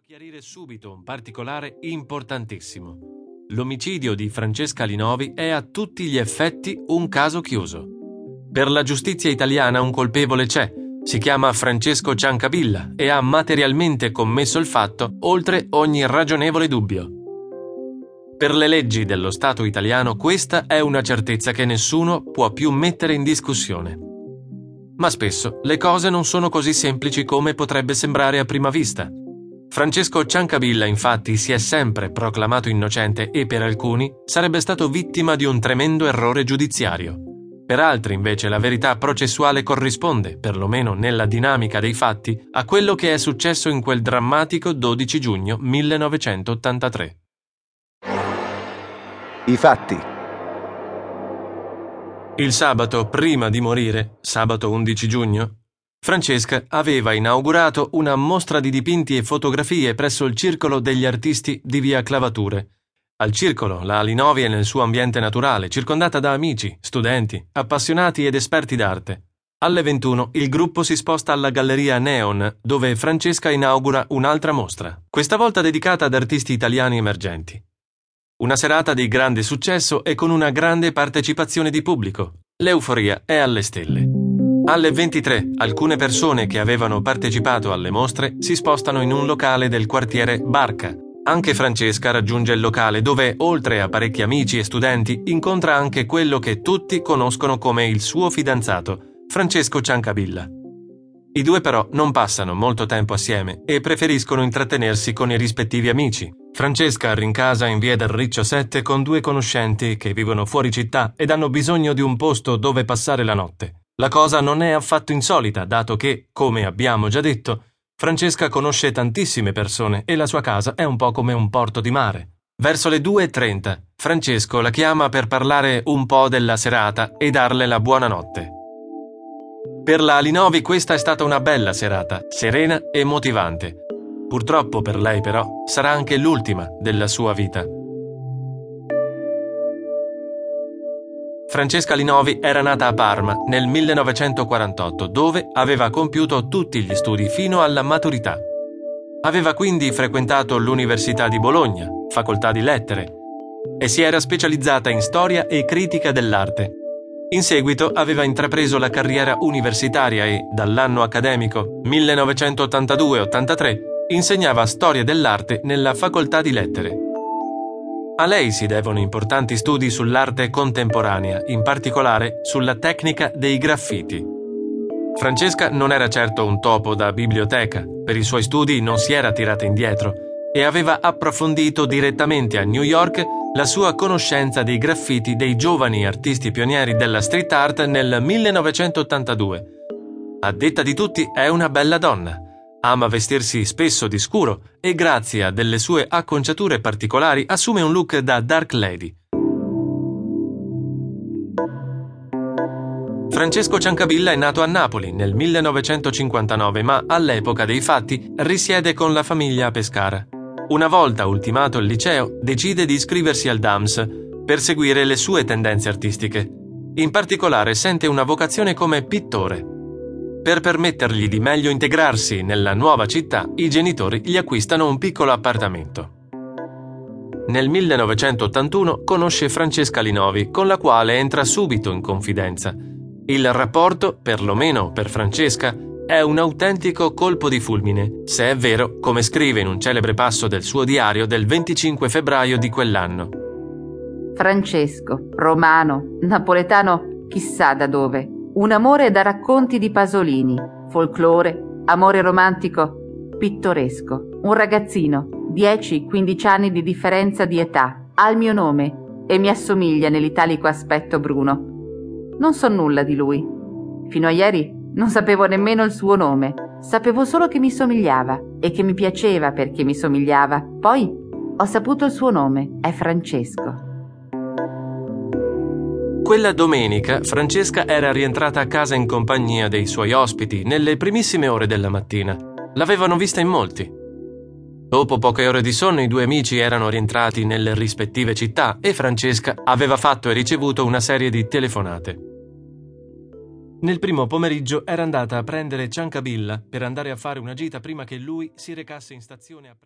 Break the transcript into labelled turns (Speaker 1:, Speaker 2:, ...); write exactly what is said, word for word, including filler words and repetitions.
Speaker 1: chiarire subito un particolare importantissimo. L'omicidio di Francesca Linovi è a tutti gli effetti un caso chiuso. Per la giustizia italiana un colpevole c'è, si chiama Francesco Ciancabilla e ha materialmente commesso il fatto oltre ogni ragionevole dubbio. Per le leggi dello Stato italiano questa è una certezza che nessuno può più mettere in discussione. Ma spesso le cose non sono così semplici come potrebbe sembrare a prima vista. Francesco Ciancabilla infatti si è sempre proclamato innocente e per alcuni sarebbe stato vittima di un tremendo errore giudiziario. Per altri invece la verità processuale corrisponde, perlomeno nella dinamica dei fatti, a quello che è successo in quel drammatico dodici giugno millenovecentottantatré.
Speaker 2: I fatti.
Speaker 1: Il sabato prima di morire, sabato undici giugno, Francesca aveva inaugurato una mostra di dipinti e fotografie presso il Circolo degli Artisti di via Clavature. Al circolo, la Linovi è nel suo ambiente naturale, circondata da amici, studenti, appassionati ed esperti d'arte. Alle ventuno il gruppo si sposta alla Galleria Neon, dove Francesca inaugura un'altra mostra, questa volta dedicata ad artisti italiani emergenti. Una serata di grande successo e con una grande partecipazione di pubblico. L'euforia è alle stelle. Alle ventitré, alcune persone che avevano partecipato alle mostre si spostano in un locale del quartiere Barca. Anche Francesca raggiunge il locale dove, oltre a parecchi amici e studenti, incontra anche quello che tutti conoscono come il suo fidanzato, Francesco Ciancabilla. I due però non passano molto tempo assieme e preferiscono intrattenersi con i rispettivi amici. Francesca rincasa in via del Riccio sette con due conoscenti che vivono fuori città ed hanno bisogno di un posto dove passare la notte. La cosa non è affatto insolita, dato che, come abbiamo già detto, Francesca conosce tantissime persone e la sua casa è un po' come un porto di mare. Verso le due e trenta, Francesco la chiama per parlare un po' della serata e darle la buonanotte. Per la Linovi questa è stata una bella serata, serena e motivante. Purtroppo per lei però sarà anche l'ultima della sua vita. Francesca Linovi era nata a Parma nel millenovecentoquarantotto, dove aveva compiuto tutti gli studi fino alla maturità. Aveva quindi frequentato l'Università di Bologna, facoltà di lettere, e si era specializzata in storia e critica dell'arte. In seguito aveva intrapreso la carriera universitaria e, dall'anno accademico millenovecentottantadue ottantatré, insegnava storia dell'arte nella facoltà di lettere. A lei si devono importanti studi sull'arte contemporanea, in particolare sulla tecnica dei graffiti. Francesca non era certo un topo da biblioteca, per i suoi studi non si era tirata indietro e aveva approfondito direttamente a New York la sua conoscenza dei graffiti dei giovani artisti pionieri della street art nel millenovecentottantadue. A detta di tutti è una bella donna. Ama vestirsi spesso di scuro e grazie a delle sue acconciature particolari assume un look da dark lady. Francesco Ciancabilla è nato a Napoli nel millenovecentocinquantanove, ma all'epoca dei fatti risiede con la famiglia a Pescara. Una volta ultimato il liceo, decide di iscriversi al D A M S per seguire le sue tendenze artistiche. In particolare sente una vocazione come pittore. Per permettergli di meglio integrarsi nella nuova città, i genitori gli acquistano un piccolo appartamento. Nel millenovecentottantuno conosce Francesca Linovi, con la quale entra subito in confidenza. Il rapporto, perlomeno per Francesca, è un autentico colpo di fulmine, se è vero, come scrive in un celebre passo del suo diario del venticinque febbraio di quell'anno.
Speaker 3: Francesco, romano, napoletano, chissà da dove. Un amore da racconti di Pasolini, folklore, amore romantico, pittoresco. Un ragazzino, dieci quindici anni di differenza di età, ha il mio nome e mi assomiglia nell'italico aspetto bruno. Non so nulla di lui. Fino a ieri non sapevo nemmeno il suo nome, sapevo solo che mi somigliava e che mi piaceva perché mi somigliava. Poi ho saputo il suo nome, è Francesco.
Speaker 1: Quella domenica Francesca era rientrata a casa in compagnia dei suoi ospiti nelle primissime ore della mattina. L'avevano vista in molti. Dopo poche ore di sonno i due amici erano rientrati nelle rispettive città e Francesca aveva fatto e ricevuto una serie di telefonate. Nel primo pomeriggio era andata a prendere Ciancabilla per andare a fare una gita prima che lui si recasse in stazione a